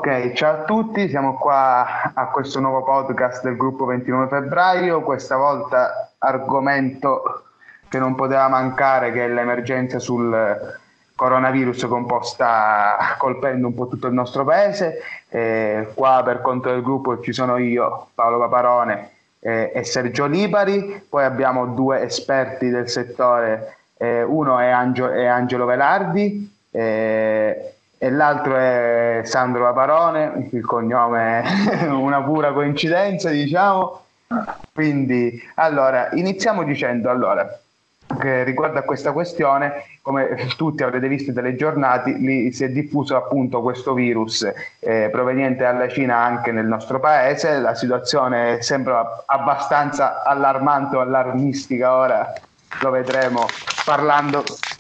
Ok, ciao a tutti, siamo qua a questo nuovo podcast del gruppo 29 febbraio, questa volta argomento che non poteva mancare, che è l'emergenza sul coronavirus che un po' sta colpendo un po' tutto il nostro paese. Qua per conto del gruppo ci sono io, Paolo Paparone e Sergio Lipari, poi abbiamo due esperti del settore, uno è Angelo Velardi, e l'altro è Sandro Paparone, il cognome è una pura coincidenza, diciamo. Quindi, allora, iniziamo dicendo, che riguardo a questa questione, come tutti avrete visto dai telegiornali, lì si è diffuso appunto questo virus proveniente dalla Cina anche nel nostro paese. La situazione sembra abbastanza allarmante o allarmistica, ora lo vedremo parlando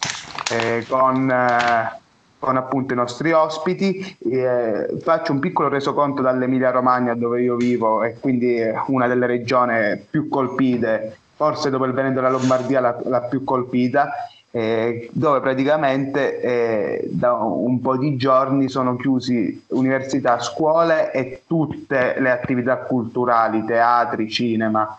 con appunto i nostri ospiti. Faccio un piccolo resoconto dall'Emilia Romagna, dove io vivo, e quindi una delle regioni più colpite, forse dopo il Veneto e la Lombardia la più colpita, dove praticamente da un po' di giorni sono chiusi università, scuole e tutte le attività culturali, teatri, cinema.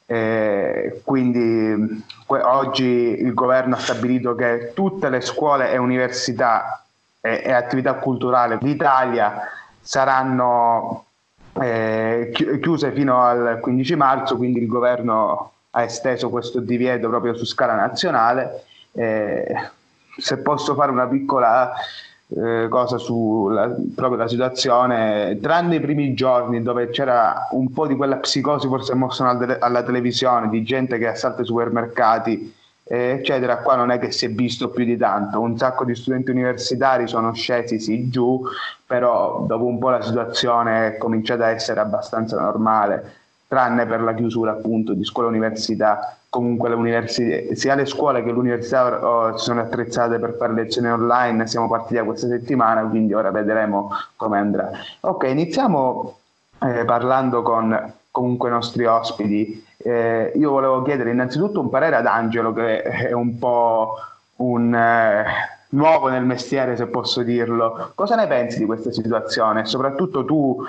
Quindi oggi il governo ha stabilito che tutte le scuole e università e attività culturali d'Italia saranno chiuse fino al 15 marzo, quindi il governo ha esteso questo divieto proprio su scala nazionale. Se posso fare una piccola cosa proprio la situazione, tranne i primi giorni dove c'era un po' di quella psicosi forse mossa alla televisione, di gente che assalta i supermercati eccetera, qua non è che si è visto più di tanto. Un sacco di studenti universitari sono scesi sì giù, però dopo un po' la situazione è cominciata a essere abbastanza normale, tranne per la chiusura appunto di scuola e università. Comunque sia le scuole che l'università si sono attrezzate per fare lezioni online, siamo partiti da questa settimana, quindi ora vedremo come andrà. Ok, iniziamo parlando con comunque i nostri ospiti. Io volevo chiedere innanzitutto un parere ad Angelo, che è un po' un nuovo nel mestiere, se posso dirlo. Cosa ne pensi di questa situazione? Soprattutto tu,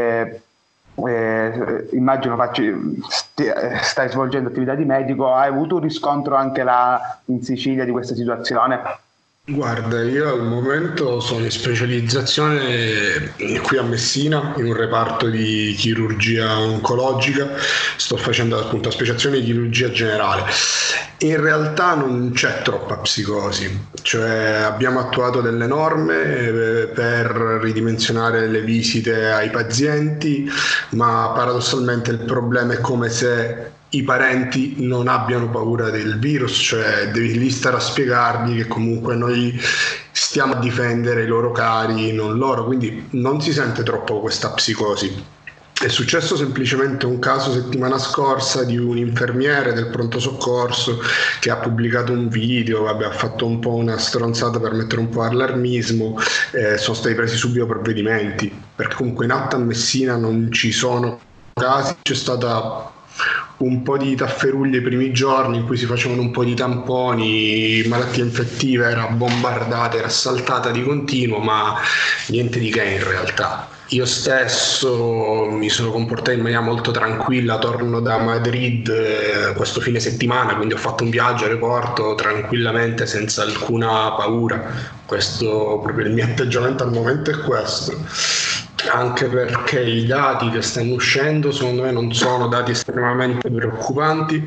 immagino stai svolgendo attività di medico, hai avuto un riscontro anche là in Sicilia di questa situazione? Guarda, io al momento sono in specializzazione qui a Messina in un reparto di chirurgia oncologica, sto facendo appunto la specializzazione di chirurgia generale. In realtà non c'è troppa psicosi, cioè abbiamo attuato delle norme per ridimensionare le visite ai pazienti, ma paradossalmente il problema è come se i parenti non abbiano paura del virus, cioè devi lì stare a spiegargli che comunque noi stiamo a difendere i loro cari, non loro, quindi non si sente troppo questa psicosi. È successo semplicemente un caso settimana scorsa di un infermiere del pronto soccorso che ha pubblicato un video, vabbè, ha fatto un po' una stronzata per mettere un po' allarmismo, sono stati presi subito provvedimenti, perché comunque in alta Messina non ci sono casi, c'è stata un po' di tafferuglie i primi giorni in cui si facevano un po' di tamponi, malattia infettiva era bombardata, era assaltata di continuo, ma niente di che in realtà. Io stesso mi sono comportato in maniera molto tranquilla, torno da Madrid questo fine settimana, quindi ho fatto un viaggio all'aeroporto tranquillamente senza alcuna paura. Questo proprio il mio atteggiamento al momento è questo. Anche perché i dati che stanno uscendo secondo me non sono dati estremamente preoccupanti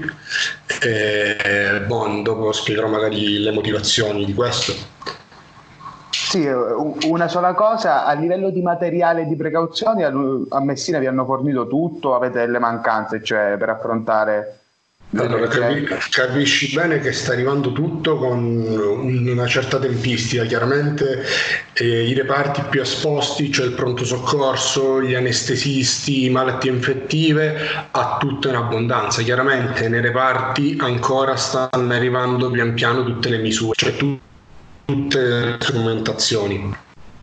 dopo spiegherò magari le motivazioni di questo. Sì, una sola cosa, a livello di materiale e di precauzioni a Messina vi hanno fornito tutto, avete delle mancanze, cioè per affrontare Allora, l'emergenza? capisci bene che sta arrivando tutto con una certa tempistica. Chiaramente i reparti più esposti, cioè il pronto soccorso, gli anestesisti, malattie infettive, ha tutto in abbondanza. Chiaramente nei reparti ancora stanno arrivando pian piano tutte le misure, cioè tutte le strumentazioni.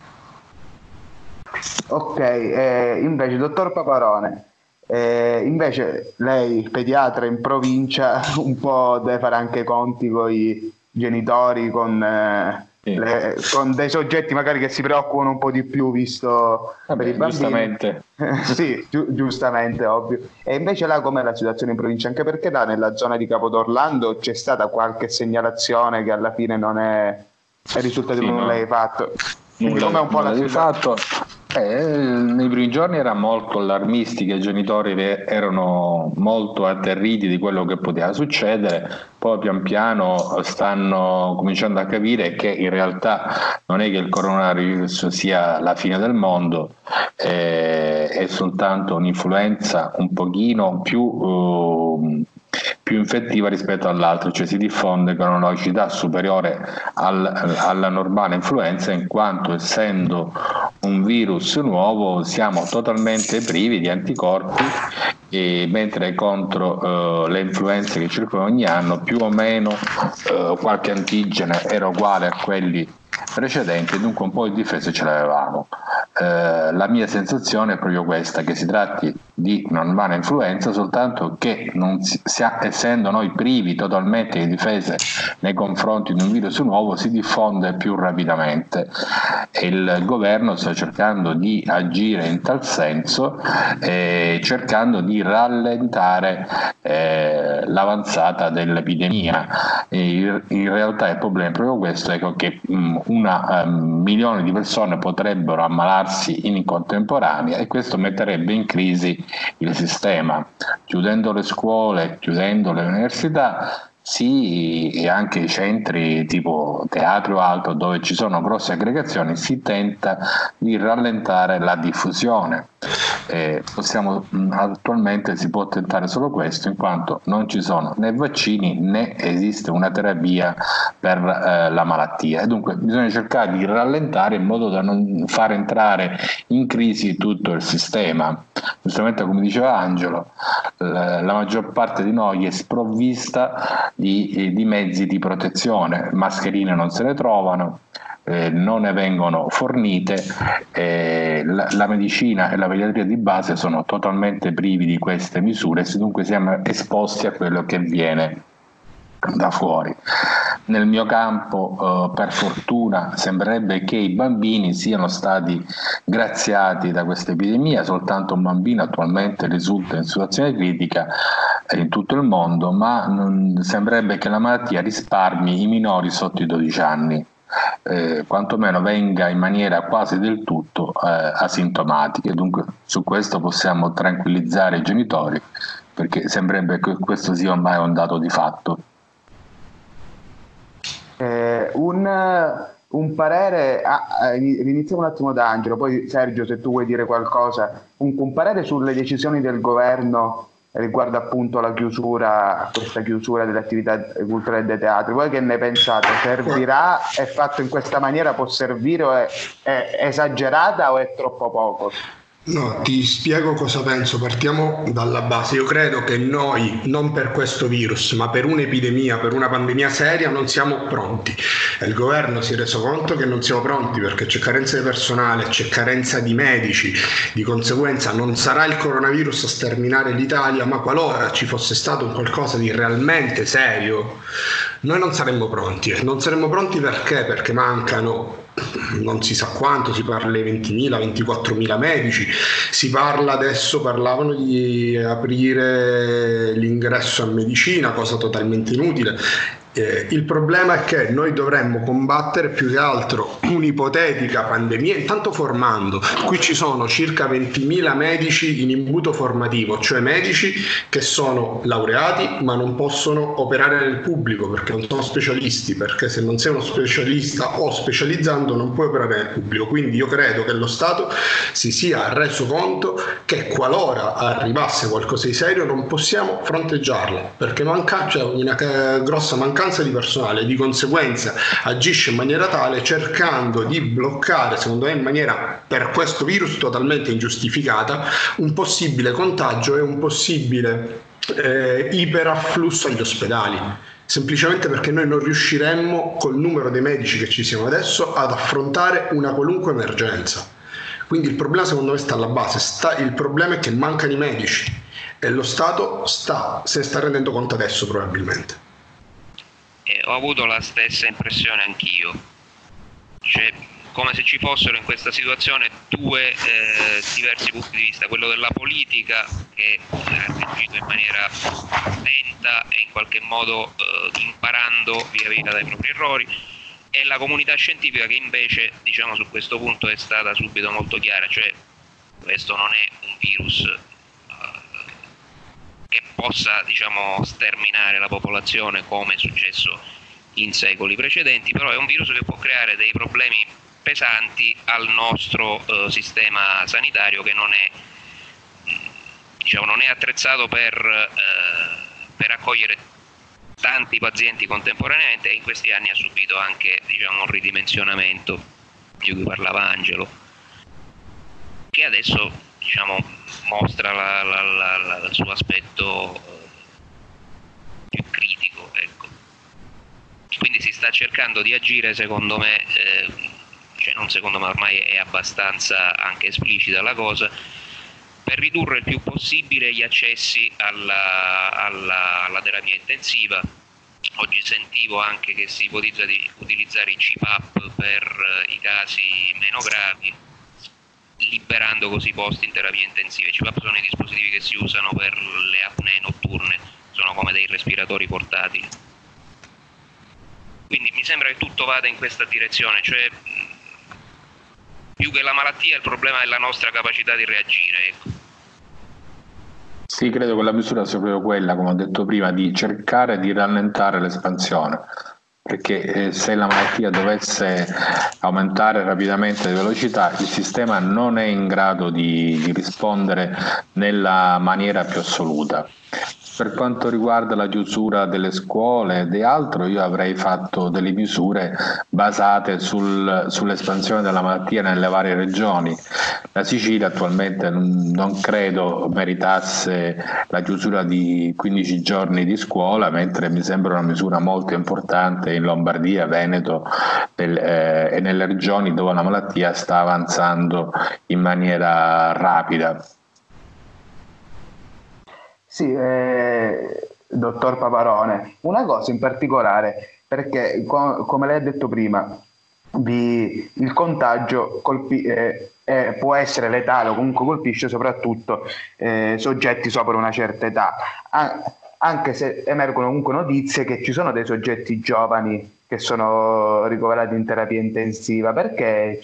Ok, invece, dottor Paparone, invece lei, pediatra in provincia, un po' deve fare anche i conti con i genitori, con con dei soggetti magari che si preoccupano un po' di più, visto per i bambini. Giustamente. Sì, giustamente, ovvio. E invece là com'è la situazione in provincia? Anche perché là nella zona di Capodorlando c'è stata qualche segnalazione che alla fine non è risultato di nulla di fatto. Quindi com'è un po' la situazione? Nei primi giorni era molto allarmistica, i genitori erano molto atterriti di quello che poteva succedere, poi pian piano stanno cominciando a capire che in realtà non è che il coronavirus sia la fine del mondo, è soltanto un'influenza un pochino più infettiva rispetto all'altro, cioè si diffonde con una velocità superiore alla normale influenza, in quanto essendo un virus nuovo siamo totalmente privi di anticorpi, mentre contro le influenze che circolano ogni anno più o meno qualche antigene era uguale a quelli precedenti, dunque un po' di difese ce l'avevamo. La mia sensazione è proprio questa, che si tratti di normale influenza, soltanto che essendo noi privi totalmente di difese nei confronti di un virus nuovo, si diffonde più rapidamente e il governo sta cercando di agire in tal senso, cercando di rallentare l'avanzata dell'epidemia. In realtà il problema è proprio questo, ecco, che milioni di persone potrebbero ammalarsi in contemporanea e questo metterebbe in crisi il sistema. Chiudendo le scuole, chiudendo le università, sì, e anche i centri tipo teatri o altro dove ci sono grosse aggregazioni, si tenta di rallentare la diffusione. Attualmente si può tentare solo questo, in quanto non ci sono né vaccini né esiste una terapia per la malattia, e dunque bisogna cercare di rallentare in modo da non far entrare in crisi tutto il sistema. Giustamente, come diceva Angelo, la maggior parte di noi è sprovvista di mezzi di protezione, mascherine non se ne trovano, non ne vengono fornite, la medicina e la pediatria di base sono totalmente privi di queste misure, dunque siamo esposti a quello che viene da fuori. Nel mio campo, per fortuna, sembrerebbe che i bambini siano stati graziati da questa epidemia, soltanto un bambino attualmente risulta in situazione critica in tutto il mondo, ma sembrerebbe che la malattia risparmi i minori sotto i 12 anni. Quantomeno venga in maniera quasi del tutto asintomatica. Dunque su questo possiamo tranquillizzare i genitori, perché sembrerebbe che questo sia ormai un dato di fatto. Un parere, iniziamo un attimo da Angelo, poi Sergio se tu vuoi dire qualcosa, un parere sulle decisioni del governo riguardo appunto la chiusura, questa chiusura delle attività culturali dei teatri. Voi che ne pensate? Servirà? È fatto in questa maniera? Può servire? O è esagerata o è troppo poco? No, ti spiego cosa penso. Partiamo dalla base. Io credo che noi, non per questo virus, ma per un'epidemia, per una pandemia seria, non siamo pronti. E il governo si è reso conto che non siamo pronti perché c'è carenza di personale, c'è carenza di medici. Di conseguenza non sarà il coronavirus a sterminare l'Italia, ma qualora ci fosse stato un qualcosa di realmente serio, noi non saremmo pronti. Non saremmo pronti perché? Perché mancano non si sa quanto, si parla di 20.000, 24.000 medici, si parla adesso, parlavano di aprire l'ingresso a medicina, cosa totalmente inutile. Il problema è che noi dovremmo combattere più che altro un'ipotetica pandemia intanto formando. Qui ci sono circa 20.000 medici in imbuto formativo, cioè medici che sono laureati ma non possono operare nel pubblico perché non sono specialisti, perché se non sei uno specialista o specializzando non puoi operare nel pubblico. Quindi io credo che lo Stato si sia reso conto che qualora arrivasse qualcosa di serio non possiamo fronteggiarla perché c'è una grossa mancanza di personale, di conseguenza agisce in maniera tale cercando di bloccare, secondo me in maniera per questo virus totalmente ingiustificata, un possibile contagio e un possibile iperafflusso agli ospedali, semplicemente perché noi non riusciremmo col numero dei medici che ci siamo adesso ad affrontare una qualunque emergenza. Quindi il problema secondo me sta alla base, il problema è che mancano i medici e lo Stato se ne sta rendendo conto adesso probabilmente. Ho avuto la stessa impressione anch'io. Cioè, come se ci fossero in questa situazione due diversi punti di vista, quello della politica che ha reagito in maniera lenta e in qualche modo imparando via via dai propri errori, e la comunità scientifica che invece, diciamo, su questo punto è stata subito molto chiara, cioè questo non è un virus che possa, diciamo, sterminare la popolazione come è successo in secoli precedenti, però è un virus che può creare dei problemi pesanti al nostro sistema sanitario, che non è, diciamo, non è attrezzato per accogliere tanti pazienti contemporaneamente, e in questi anni ha subito anche, diciamo, un ridimensionamento di cui parlava Angelo, che adesso, diciamo, mostra il suo aspetto più critico, ecco. Quindi si sta cercando di agire, secondo me, cioè non secondo me, ormai è abbastanza anche esplicita la cosa, per ridurre il più possibile gli accessi alla terapia intensiva. Oggi sentivo anche che si ipotizza di utilizzare i CPAP per i casi meno gravi, liberando così posti in terapia intensiva. I CPAP sono i dispositivi che si usano per le apnee notturne, sono come dei respiratori portatili. Quindi mi sembra che tutto vada in questa direzione, cioè più che la malattia il problema è la nostra capacità di reagire, ecco. Sì, credo che la misura sia proprio quella, come ho detto prima, di cercare di rallentare l'espansione, perché se la malattia dovesse aumentare rapidamente di velocità, il sistema non è in grado di rispondere nella maniera più assoluta. Per quanto riguarda la chiusura delle scuole e altro, io avrei fatto delle misure basate sull'espansione della malattia nelle varie regioni. La Sicilia attualmente non credo meritasse la chiusura di 15 giorni di scuola, mentre mi sembra una misura molto importante in Lombardia, Veneto e nelle regioni dove la malattia sta avanzando in maniera rapida. Sì, dottor Paparone, una cosa in particolare, perché come lei ha detto prima, il contagio può essere letale o comunque colpisce soprattutto soggetti sopra una certa età, anche se emergono comunque notizie che ci sono dei soggetti giovani che sono ricoverati in terapia intensiva. Perché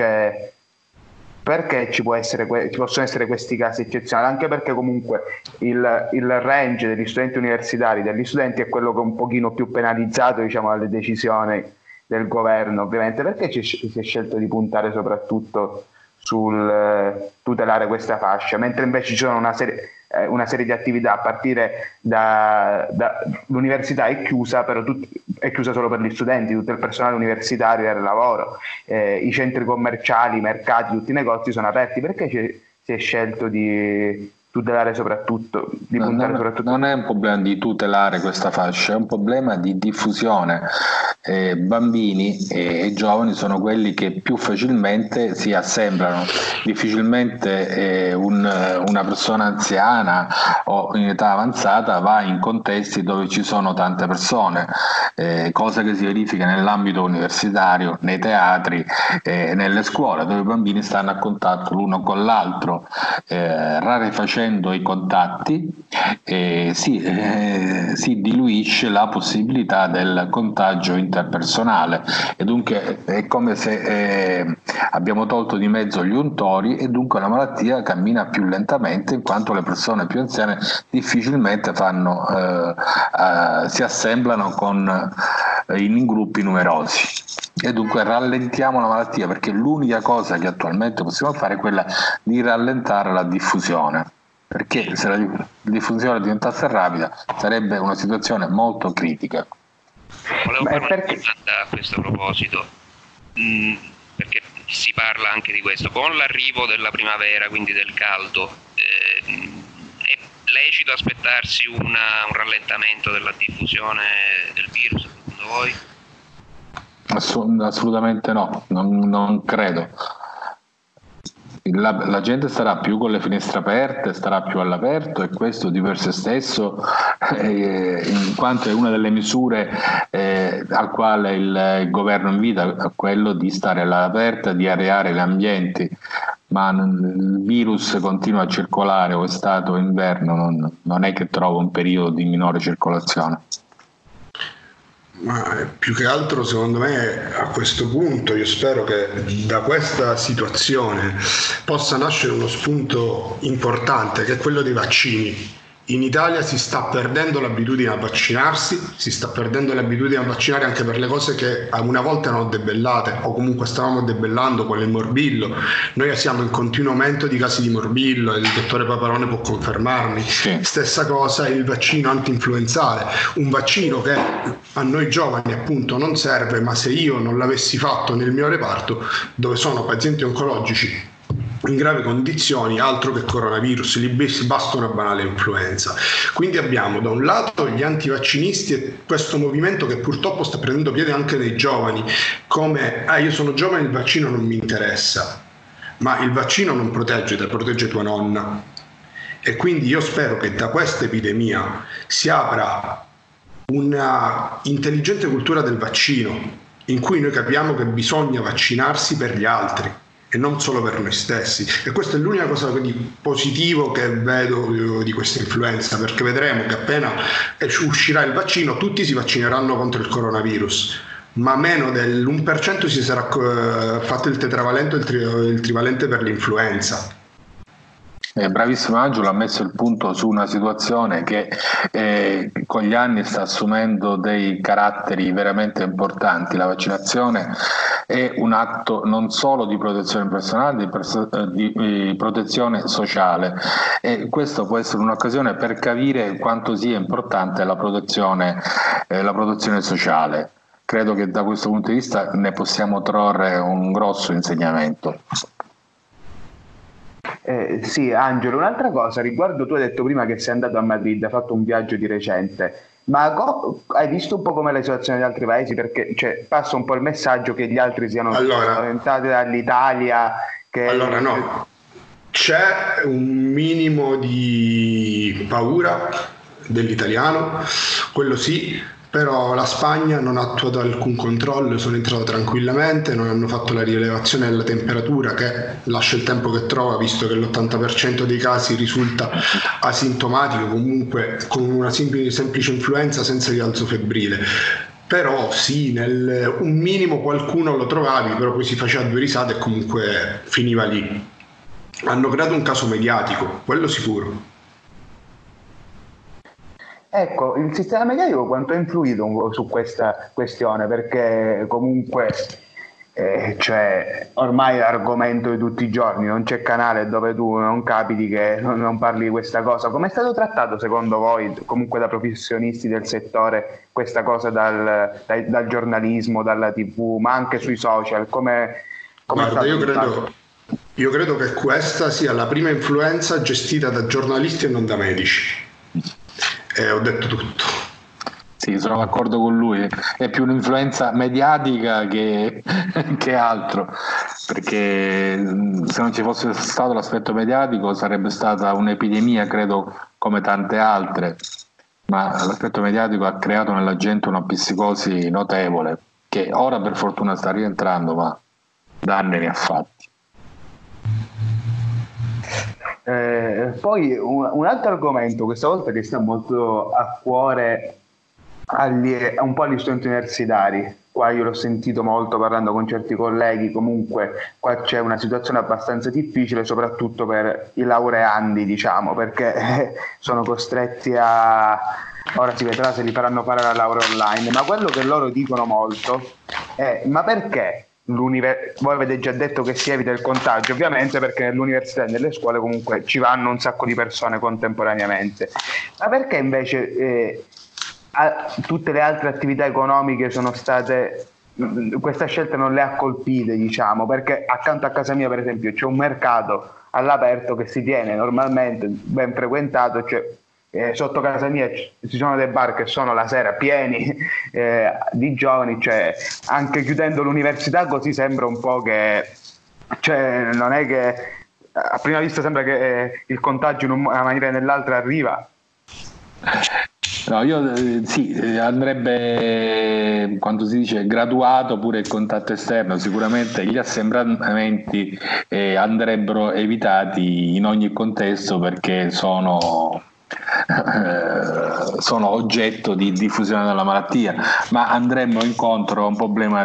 ci possono essere questi casi eccezionali? Anche perché comunque il range degli studenti universitari, degli studenti, è quello che è un pochino più penalizzato, diciamo, dalle decisioni del governo, ovviamente. Perché si è scelto di puntare soprattutto sul tutelare questa fascia, mentre invece ci sono una serie di attività, a partire l'università è chiusa, però è chiusa solo per gli studenti, tutto il personale universitario è al lavoro, i centri commerciali, i mercati, tutti i negozi sono aperti. Perché si è scelto di tutelare soprattutto, non è un problema di tutelare questa fascia, è un problema di diffusione. Bambini e giovani sono quelli che più facilmente si assemblano, difficilmente una persona anziana o in età avanzata va in contesti dove ci sono tante persone, cosa che si verifica nell'ambito universitario, nei teatri, nelle scuole, dove i bambini stanno a contatto l'uno con l'altro, rarefacendo i contatti, si diluisce la possibilità del contagio interpersonale, e dunque è come se abbiamo tolto di mezzo gli untori, e dunque la malattia cammina più lentamente, in quanto le persone più anziane difficilmente si assemblano in gruppi numerosi, e dunque rallentiamo la malattia, perché l'unica cosa che attualmente possiamo fare è quella di rallentare la diffusione, perché se la diffusione diventasse rapida sarebbe una situazione molto critica. Volevo fare una domanda a questo proposito, perché si parla anche di questo. Con l'arrivo della primavera, quindi del caldo, è lecito aspettarsi un rallentamento della diffusione del virus, secondo voi? Assolutamente no, non credo. La gente starà più con le finestre aperte, starà più all'aperto, e questo di per sé stesso, in quanto è una delle misure al quale il governo invita, a quello di stare all'aperto, di areare gli ambienti, ma il virus continua a circolare, o estate o inverno, non è che trova un periodo di minore circolazione. Ma più che altro, secondo me, a questo punto io spero che da questa situazione possa nascere uno spunto importante, che è quello dei vaccini. In Italia si sta perdendo l'abitudine a vaccinarsi, si sta perdendo l'abitudine a vaccinare anche per le cose che una volta erano debellate, o comunque stavamo debellando, come il morbillo. Noi siamo in continuo aumento di casi di morbillo, e il dottore Paparone può confermarmi. Stessa cosa il vaccino anti-influenzale, un vaccino che a noi giovani appunto non serve, ma se io non l'avessi fatto nel mio reparto, dove sono pazienti oncologici in gravi condizioni, altro che coronavirus, lì basta una banale influenza. Quindi abbiamo da un lato gli antivaccinisti e questo movimento che purtroppo sta prendendo piede anche nei giovani, come io sono giovane, il vaccino non mi interessa, ma il vaccino non protegge, te protegge tua nonna. E quindi io spero che da questa epidemia si apra una intelligente cultura del vaccino, in cui noi capiamo che bisogna vaccinarsi per gli altri e non solo per noi stessi. E questa è l'unica cosa di positivo che vedo di questa influenza, perché vedremo che appena uscirà il vaccino tutti si vaccineranno contro il coronavirus, ma meno dell'1% si sarà fatto il tetravalente o il trivalente per l'influenza. Bravissimo Angelo, ha messo il punto su una situazione che con gli anni sta assumendo dei caratteri veramente importanti. La vaccinazione è un atto non solo di protezione personale, di protezione sociale, e questo può essere un'occasione per capire quanto sia importante la protezione sociale. Credo che da questo punto di vista ne possiamo trarre un grosso insegnamento. Sì, Angelo, un'altra cosa riguardo, tu hai detto prima che sei andato a Madrid, hai fatto un viaggio di recente, ma hai visto un po' com'è la situazione degli altri paesi? Perché passa un po' il messaggio che gli altri siano spaventati dall'Italia. Allora no, c'è un minimo di paura dell'italiano, quello sì. Però la Spagna non ha attuato alcun controllo, sono entrato tranquillamente, non hanno fatto la rilevazione della temperatura, che lascia il tempo che trova, visto che l'80% dei casi risulta asintomatico, comunque con una semplice influenza senza rialzo febbrile. Però sì, un minimo qualcuno lo trovavi, però poi si faceva due risate e comunque finiva lì. Hanno creato un caso mediatico, quello sicuro. Ecco, il sistema mediatico quanto ha influito su questa questione? Perché comunque ormai è argomento di tutti i giorni, non c'è canale dove tu non capiti che non parli di questa cosa. Come è stato trattato secondo voi, comunque da professionisti del settore, questa cosa dal giornalismo, dalla TV, ma anche sui social? Guarda, io credo che questa sia la prima influenza gestita da giornalisti e non da medici. Ho detto tutto. Sì, sono d'accordo con lui, è più un'influenza mediatica che altro, perché se non ci fosse stato l'aspetto mediatico sarebbe stata un'epidemia, credo, come tante altre, ma l'aspetto mediatico ha creato nella gente una psicosi notevole, che ora per fortuna sta rientrando, ma danni ne ha fatti. Poi un altro argomento questa volta che sta molto a cuore un po' agli studenti universitari, qua io l'ho sentito molto parlando con certi colleghi, comunque qua c'è una situazione abbastanza difficile soprattutto per i laureandi, diciamo, perché sono costretti ora si vedrà se li faranno fare la laurea online, ma quello che loro dicono molto è: ma perché voi avete già detto che si evita il contagio, ovviamente, perché nell'università e nelle scuole comunque ci vanno un sacco di persone contemporaneamente, ma perché invece tutte le altre attività economiche sono state, questa scelta non le ha colpite, diciamo? Perché accanto a casa mia, per esempio, c'è un mercato all'aperto che si tiene normalmente ben frequentato, sotto casa mia ci sono dei bar che sono la sera pieni di giovani, anche chiudendo l'università così sembra un po' che non è che a prima vista sembra che il contagio in una maniera o nell'altra arriva. No, andrebbe, quando si dice graduato, pure il contatto esterno. Sicuramente gli assembramenti andrebbero evitati in ogni contesto, perché sono oggetto di diffusione della malattia, ma andremmo incontro a un problema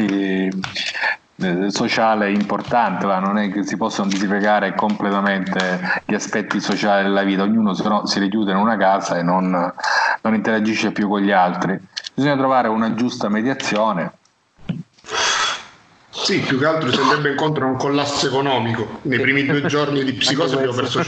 sociale importante. Non è che si possono dispiegare completamente gli aspetti sociali della vita, ognuno se no si richiude in una casa e non interagisce più con gli altri. Bisogna trovare una giusta mediazione. Sì, più che altro si andrebbe incontro a un collasso economico. Nei primi 2 giorni di psicosi abbiamo perso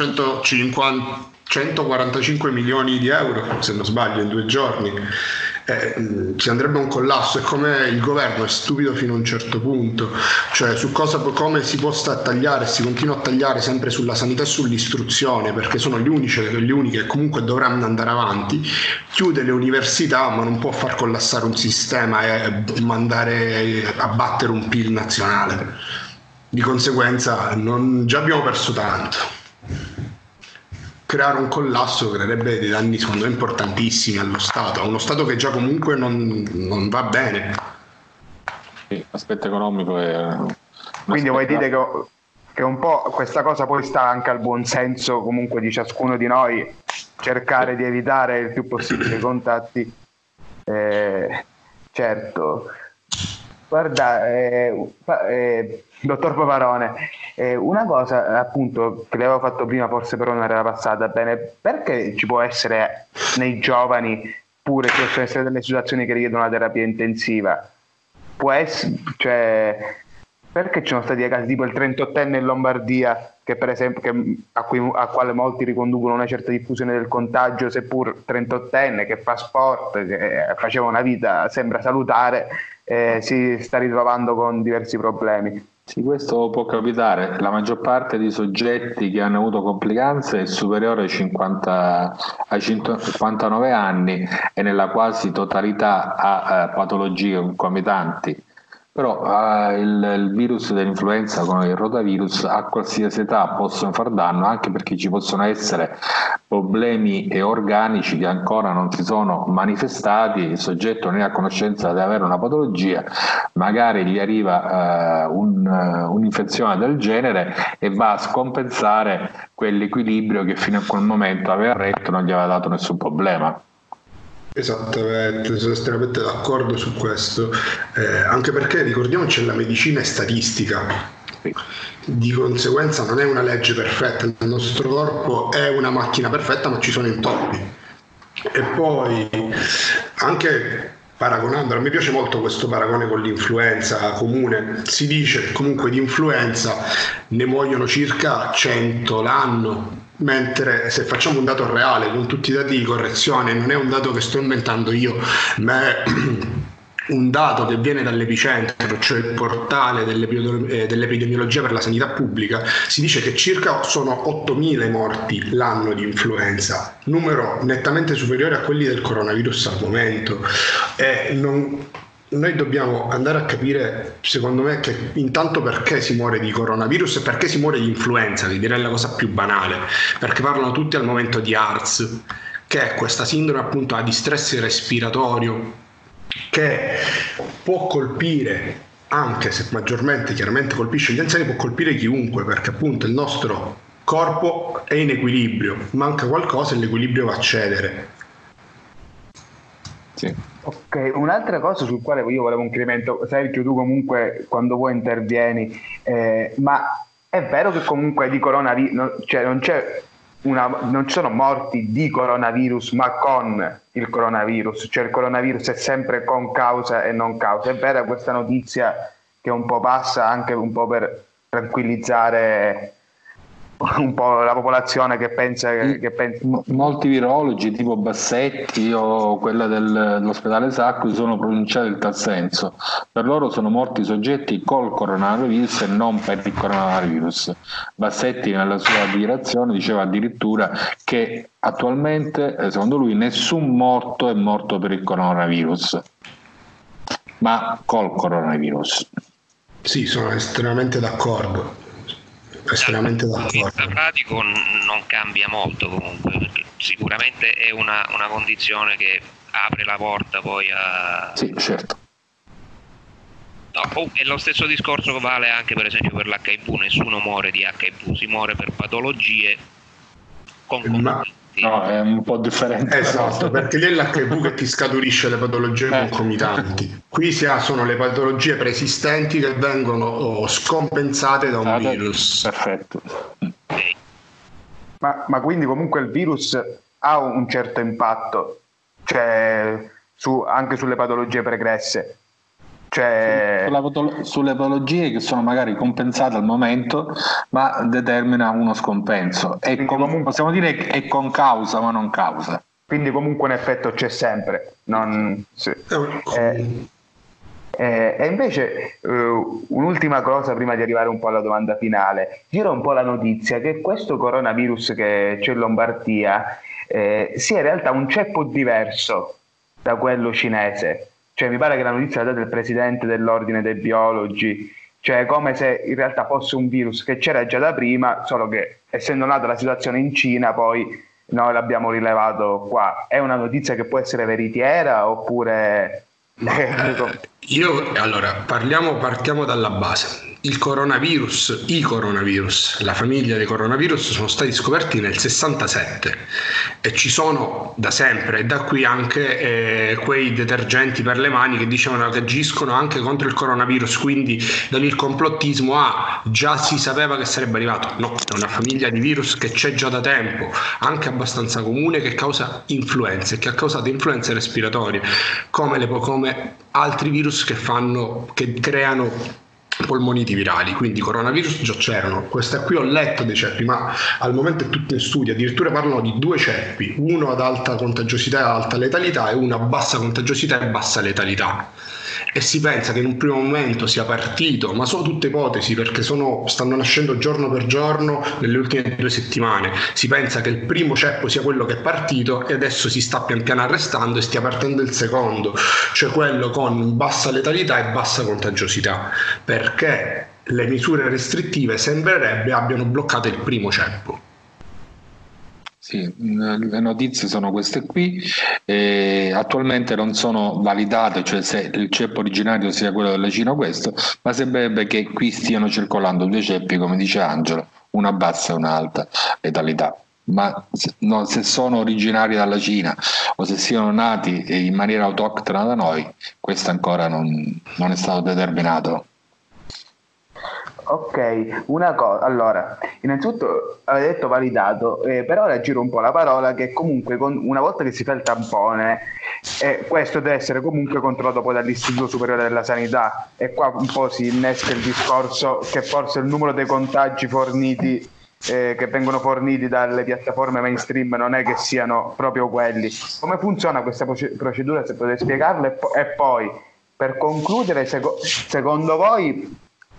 145 milioni di euro, se non sbaglio, in 2 giorni. Ci andrebbe un collasso. E come il governo è stupido fino a un certo punto, cioè su come si può tagliare, si continua a tagliare sempre sulla sanità e sull'istruzione, perché sono gli unici che comunque dovranno andare avanti, chiude le università, ma non può far collassare un sistema e mandare a battere un PIL nazionale. Di conseguenza già abbiamo perso tanto. Creare un collasso creerebbe dei danni secondo me importantissimi allo Stato, a uno Stato che già comunque non va bene. Sì, l'aspetto economico è... Quindi vuoi dire che un po' questa cosa poi sta anche al buon senso comunque di ciascuno di noi, cercare di evitare il più possibile i contatti. Certo. Guarda, dottor Paparone, una cosa appunto che le avevo fatto prima, forse però non era passata bene, perché ci può essere nei giovani, pure ci possono essere delle situazioni che richiedono una terapia intensiva? Può essere, cioè, perché ci sono stati casi tipo il 38enne in Lombardia, che per esempio a quale molti riconducono una certa diffusione del contagio, seppur 38enne, che fa sport, che faceva una vita sembra salutare, si sta ritrovando con diversi problemi. Sì, questo può capitare. La maggior parte dei soggetti che hanno avuto complicanze è superiore ai 59 anni e nella quasi totalità ha patologie concomitanti. Però il virus dell'influenza come il rotavirus a qualsiasi età possono far danno, anche perché ci possono essere problemi organici che ancora non si sono manifestati, il soggetto non è a conoscenza di avere una patologia, magari gli arriva un'infezione del genere e va a scompensare quell'equilibrio che fino a quel momento aveva retto, non gli aveva dato nessun problema. Esattamente, sono estremamente d'accordo su questo, anche perché ricordiamoci la medicina è statistica, di conseguenza non è una legge perfetta, il nostro corpo è una macchina perfetta ma ci sono intoppi. E poi anche paragonando, a me piace molto questo paragone con l'influenza comune, si dice che comunque di influenza ne muoiono circa 100 l'anno, mentre se facciamo un dato reale con tutti i dati di correzione, non è un dato che sto inventando io, ma è un dato che viene dall'Epicentro, cioè il portale dell'epidemiologia per la sanità pubblica, si dice che circa sono 8.000 morti l'anno di influenza, numero nettamente superiore a quelli del coronavirus al momento. Noi dobbiamo andare a capire, secondo me, che intanto perché si muore di coronavirus e perché si muore di influenza, che direi la cosa più banale, perché parlano tutti al momento di ARDS, che è questa sindrome appunto di stress respiratorio che può colpire, anche se maggiormente chiaramente colpisce gli anziani, può colpire chiunque, perché appunto il nostro corpo è in equilibrio, manca qualcosa e l'equilibrio va a cedere. Sì. Ok, un'altra cosa sul quale io volevo un chiarimento, Sergio, tu comunque quando vuoi intervieni, ma è vero che comunque di coronavirus, cioè non ci sono morti di coronavirus ma con il coronavirus, cioè il coronavirus è sempre con causa e non causa. È vera questa notizia che un po' passa anche un po' per tranquillizzare un po' la popolazione che pensa molti virologi tipo Bassetti o quella dell'ospedale Sacco sono pronunciati in tal senso. Per loro sono morti soggetti col coronavirus e non per il coronavirus. Bassetti nella sua dichiarazione diceva addirittura che attualmente secondo lui nessun morto è morto per il coronavirus ma col coronavirus. Sì, sono estremamente d'accordo. estremamente dal punto di vista d'accordo. pratico non cambia molto comunque, perché sicuramente è una condizione che apre la porta poi a... Sì, certo. No, è lo stesso discorso che vale anche per esempio per l'HIV, nessuno muore di HIV, si muore per patologie concomitanti. No, è un po' differente. Esatto, perché lì è l'HIV che ti scaturisce le patologie concomitanti. Qui sono le patologie preesistenti che vengono scompensate da un virus. Perfetto. Okay. Ma quindi comunque il virus ha un certo impatto, cioè anche sulle patologie pregresse. Cioè... Sulle patologie che sono magari compensate al momento, ma determina uno scompenso. Possiamo dire che è con causa, ma non causa. Quindi comunque un effetto c'è sempre. Sì. E invece un'ultima cosa prima di arrivare un po' alla domanda finale. Gira un po' la notizia che questo coronavirus che c'è in Lombardia sia in realtà un ceppo diverso da quello cinese. Cioè mi pare che la notizia l'ha data il presidente dell'ordine dei biologi, cioè come se in realtà fosse un virus che c'era già da prima, solo che essendo nata la situazione in Cina poi noi l'abbiamo rilevato qua. È una notizia che può essere veritiera oppure... Allora, partiamo dalla base. I coronavirus, la famiglia dei coronavirus sono stati scoperti nel 67 e ci sono da sempre, e da qui anche quei detergenti per le mani che dicevano che agiscono anche contro il coronavirus, quindi non il complottismo, già si sapeva che sarebbe arrivato. No, è una famiglia di virus che c'è già da tempo, anche abbastanza comune, che causa influenze, che ha causato influenze respiratorie, come altri virus che creano polmoniti virali. Quindi coronavirus già c'erano, questa qui ho letto dei ceppi, ma al momento è tutto in studio, addirittura parlano di 2 ceppi, uno ad alta contagiosità e alta letalità e uno a bassa contagiosità e bassa letalità, e si pensa che in un primo momento sia partito, ma sono tutte ipotesi perché stanno nascendo giorno per giorno nelle ultime 2 settimane. Si pensa che il primo ceppo sia quello che è partito e adesso si sta pian piano arrestando e stia partendo il secondo, cioè quello con bassa letalità e bassa contagiosità, perché le misure restrittive sembrerebbe abbiano bloccato il primo ceppo. Sì, le notizie sono queste qui, attualmente non sono validate, cioè se il ceppo originario sia quello della Cina o questo, ma sembrerebbe che qui stiano circolando 2 ceppi, come dice Angelo, una bassa e un'alta letalità. Ma se sono originari dalla Cina o se siano nati in maniera autoctona da noi, questo ancora non è stato determinato. Ok, una cosa, allora, innanzitutto avete detto validato, però ora giro un po' la parola che comunque una volta che si fa il tampone, questo deve essere comunque controllato poi dall'Istituto Superiore della Sanità, e qua un po' si innesca il discorso che forse il numero dei contagi forniti, che vengono forniti dalle piattaforme mainstream, non è che siano proprio quelli. Come funziona questa procedura, se potete spiegarla, e poi per concludere, secondo voi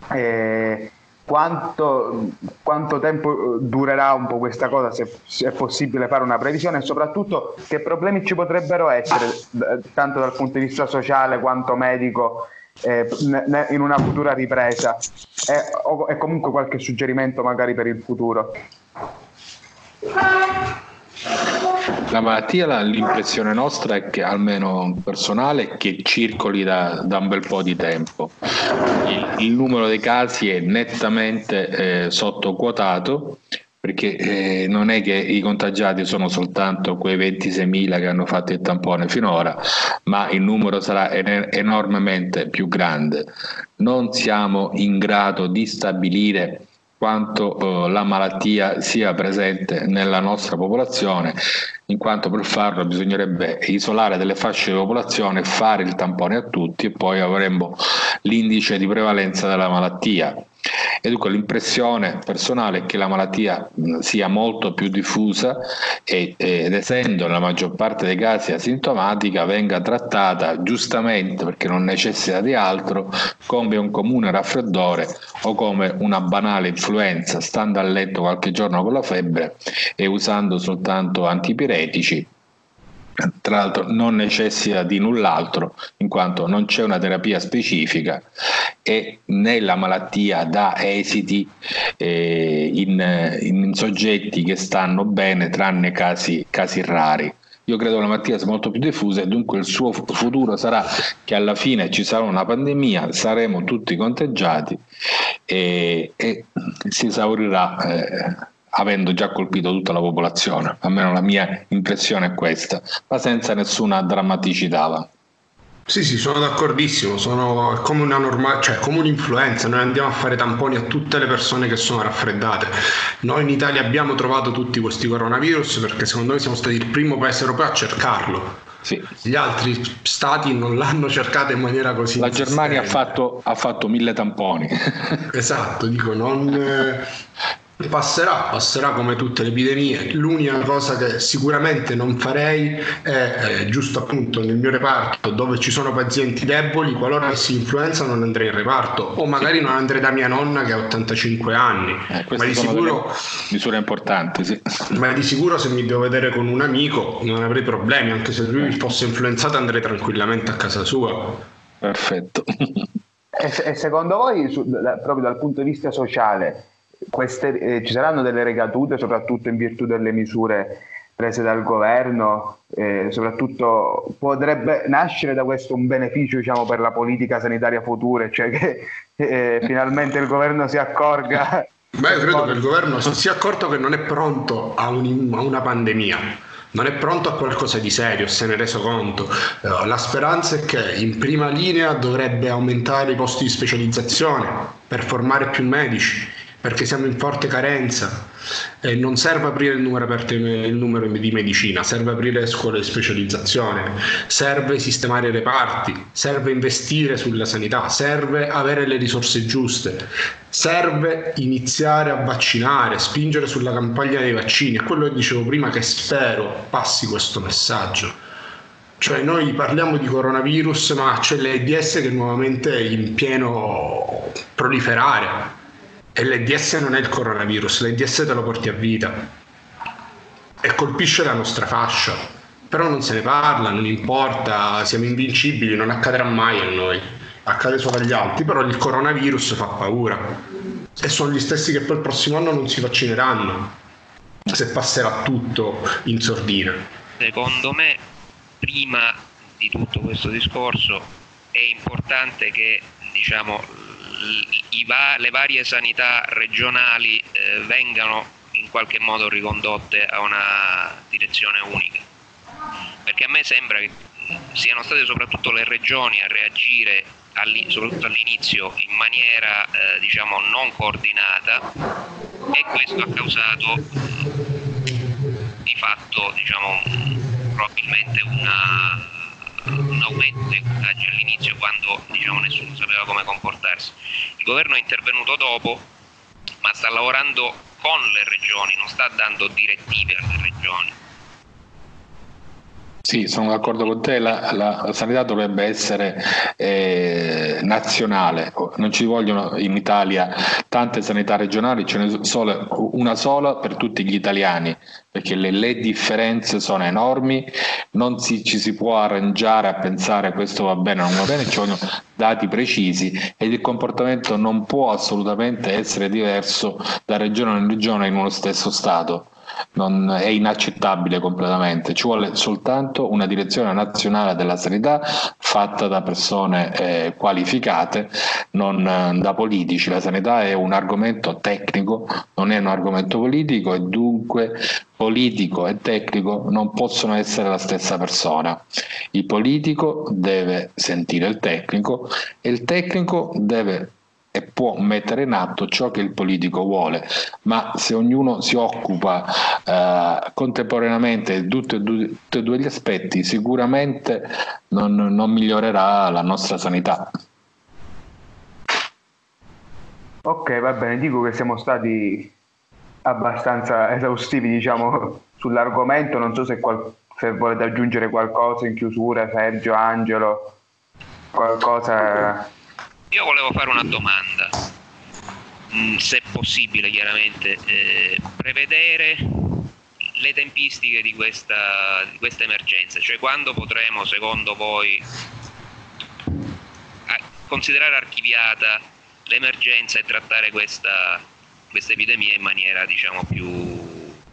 quanto tempo durerà un po' questa cosa, se è possibile fare una previsione, e soprattutto che problemi ci potrebbero essere tanto dal punto di vista sociale quanto medico in una futura ripresa, e comunque qualche suggerimento magari per il futuro. La malattia, l'impressione nostra è che, almeno personale, che circoli da un bel po' di tempo. Il numero dei casi è nettamente sottoquotato, perché non è che i contagiati sono soltanto quei 26.000 che hanno fatto il tampone finora, ma il numero sarà enormemente più grande. Non siamo in grado di stabilire quanto la malattia sia presente nella nostra popolazione, in quanto per farlo bisognerebbe isolare delle fasce di popolazione, fare il tampone a tutti e poi avremmo l'indice di prevalenza della malattia. E dunque l'impressione personale è che la malattia sia molto più diffusa ed essendo nella maggior parte dei casi asintomatica, venga trattata giustamente, perché non necessita di altro, come un comune raffreddore o come una banale influenza, stando a letto qualche giorno con la febbre e usando soltanto antipiretici, tra l'altro non necessita di null'altro, in quanto non c'è una terapia specifica e né la malattia dà esiti in soggetti che stanno bene, tranne casi rari. Io credo che la malattia sia molto più diffusa e dunque il suo futuro sarà che alla fine ci sarà una pandemia, saremo tutti contagiati e si esaurirà avendo già colpito tutta la popolazione. Almeno la mia impressione è questa, ma senza nessuna drammaticità. Sì, sono d'accordissimo, sono come una normale, cioè come un'influenza. Noi andiamo a fare tamponi a tutte le persone che sono raffreddate. Noi in Italia abbiamo trovato tutti questi coronavirus perché secondo noi siamo stati il primo paese europeo a cercarlo. Sì. Gli altri stati non l'hanno cercato in maniera così. La Germania ha fatto 1000 tamponi. Esatto, dico, non passerà come tutte le epidemie. L'unica cosa che sicuramente non farei è giusto appunto nel mio reparto dove ci sono pazienti deboli, qualora avessi influenza non andrei in reparto, o magari non andrei da mia nonna che ha 85 anni, ma di sicuro misure importanti, sì. Ma di sicuro se mi devo vedere con un amico non avrei problemi, anche se lui fosse influenzato andrei tranquillamente a casa sua. Perfetto. E secondo voi, proprio dal punto di vista sociale, ci saranno delle ricadute, soprattutto in virtù delle misure prese dal governo? Soprattutto potrebbe nascere da questo un beneficio, diciamo, per la politica sanitaria futura, cioè che finalmente il governo si accorga. Beh, io credo che il governo si sia accorto che non è pronto a una pandemia, non è pronto a qualcosa di serio, se ne è reso conto. La speranza è che in prima linea dovrebbe aumentare i posti di specializzazione per formare più medici, perché siamo in forte carenza e non serve aprire il numero di medicina, serve aprire scuole di specializzazione, serve sistemare i reparti, serve investire sulla sanità, serve avere le risorse giuste, serve iniziare a vaccinare, spingere sulla campagna dei vaccini. È quello che dicevo prima, che spero passi questo messaggio. Cioè noi parliamo di coronavirus, ma c'è l'AIDS che è nuovamente in pieno proliferare. E l'AIDS non è il coronavirus, l'AIDS te lo porti a vita e colpisce la nostra fascia, però non se ne parla, non importa, siamo invincibili, non accadrà mai a noi, accade solo agli altri. Però il coronavirus fa paura e sono gli stessi che poi il prossimo anno non si vaccineranno se passerà tutto in sordina. Secondo me, prima di tutto questo discorso è importante che, diciamo, le varie sanità regionali vengano in qualche modo ricondotte a una direzione unica, perché a me sembra che siano state soprattutto le regioni a reagire soprattutto all'inizio in maniera diciamo non coordinata, e questo ha causato di fatto, diciamo, probabilmente un aumento dei contagi all'inizio, quando, diciamo, nessuno sapeva come comportarsi. Il governo è intervenuto dopo, ma sta lavorando con le regioni, non sta dando direttive alle regioni. Sì, sono d'accordo con te, la sanità dovrebbe essere nazionale, non ci vogliono in Italia tante sanità regionali, ce ne sono una sola per tutti gli italiani, perché le differenze sono enormi, ci si può arrangiare a pensare questo va bene o non va bene, ci vogliono dati precisi ed il comportamento non può assolutamente essere diverso da regione in regione in uno stesso Stato. Non è inaccettabile completamente, ci vuole soltanto una direzione nazionale della sanità fatta da persone qualificate, non da politici. La sanità è un argomento tecnico, non è un argomento politico, e dunque politico e tecnico non possono essere la stessa persona. Il politico deve sentire il tecnico e il tecnico deve e può mettere in atto ciò che il politico vuole, ma se ognuno si occupa contemporaneamente di tutti e due gli aspetti, sicuramente non migliorerà la nostra sanità. Ok, va bene, dico che siamo stati abbastanza esaustivi, diciamo, sull'argomento. Non so se volete aggiungere qualcosa in chiusura, Sergio, Angelo, qualcosa. Io volevo fare una domanda, se è possibile chiaramente, prevedere le tempistiche di questa emergenza, cioè quando potremo, secondo voi, considerare archiviata l'emergenza e trattare questa epidemia in maniera, diciamo, più...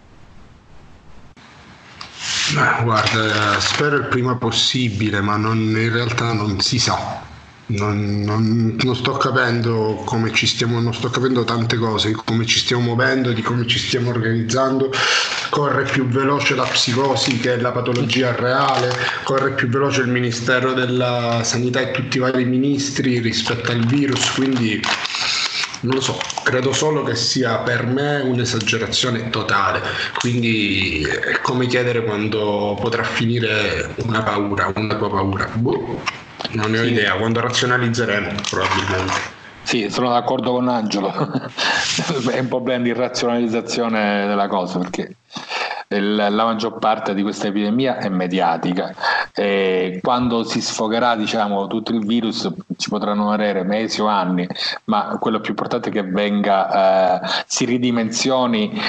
Guarda, spero il prima possibile, ma in realtà non si sa. Non sto capendo come ci stiamo, non sto capendo tante cose, come ci stiamo muovendo, di come ci stiamo organizzando. Corre più veloce la psicosi che la patologia reale, corre più veloce il Ministero della Sanità e tutti i vari ministri rispetto al virus, quindi non lo so, credo solo che sia per me un'esagerazione totale, quindi è come chiedere quando potrà finire una tua paura. Non ne ho idea, quando razionalizzeremo probabilmente. Sì, sono d'accordo con Angelo. È un problema di razionalizzazione della cosa, perché la maggior parte di questa epidemia è mediatica e quando si sfogherà, diciamo, tutto il virus ci potranno avere mesi o anni, ma quello più importante è che si ridimensioni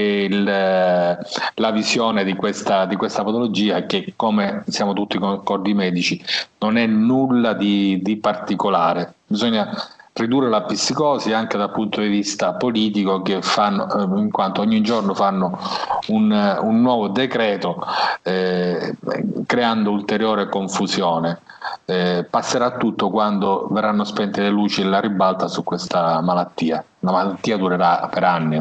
la visione di questa patologia, che, come siamo tutti concordi medici, non è nulla di particolare. Bisogna ridurre la psicosi anche dal punto di vista politico, che fanno, in quanto ogni giorno fanno un nuovo decreto, creando ulteriore confusione. Passerà tutto quando verranno spente le luci e la ribalta su questa malattia. La malattia durerà per anni.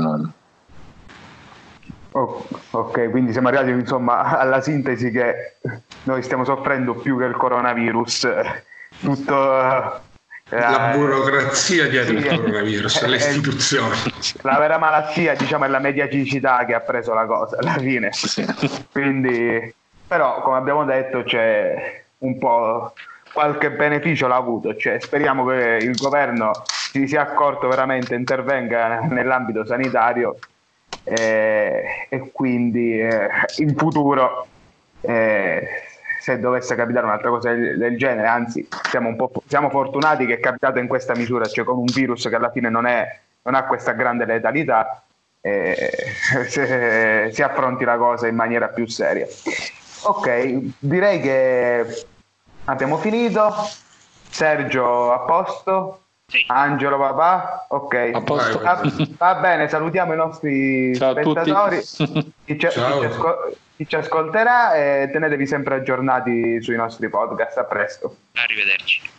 Ok, quindi siamo arrivati, insomma, alla sintesi che noi stiamo soffrendo più che il coronavirus. Tutto... la burocrazia dietro il coronavirus, le istituzioni. La vera malattia, diciamo, è la mediaticità che ha preso la cosa alla fine. Sì. Quindi, però, come abbiamo detto, c'è un po' qualche beneficio l'ha avuto, cioè speriamo che il governo si sia accorto veramente, intervenga nell'ambito sanitario e quindi in futuro se dovesse capitare un'altra cosa del genere, anzi siamo fortunati che è capitato in questa misura, cioè con un virus che alla fine non ha questa grande letalità, si affronti la cosa in maniera più seria. Ok, direi che abbiamo finito. Sergio, a posto? Sì. Angelo, papà? Ok, a posto. Va bene, salutiamo i nostri spettatori. Chi ci ascolterà, e tenetevi sempre aggiornati sui nostri podcast. A presto. Arrivederci.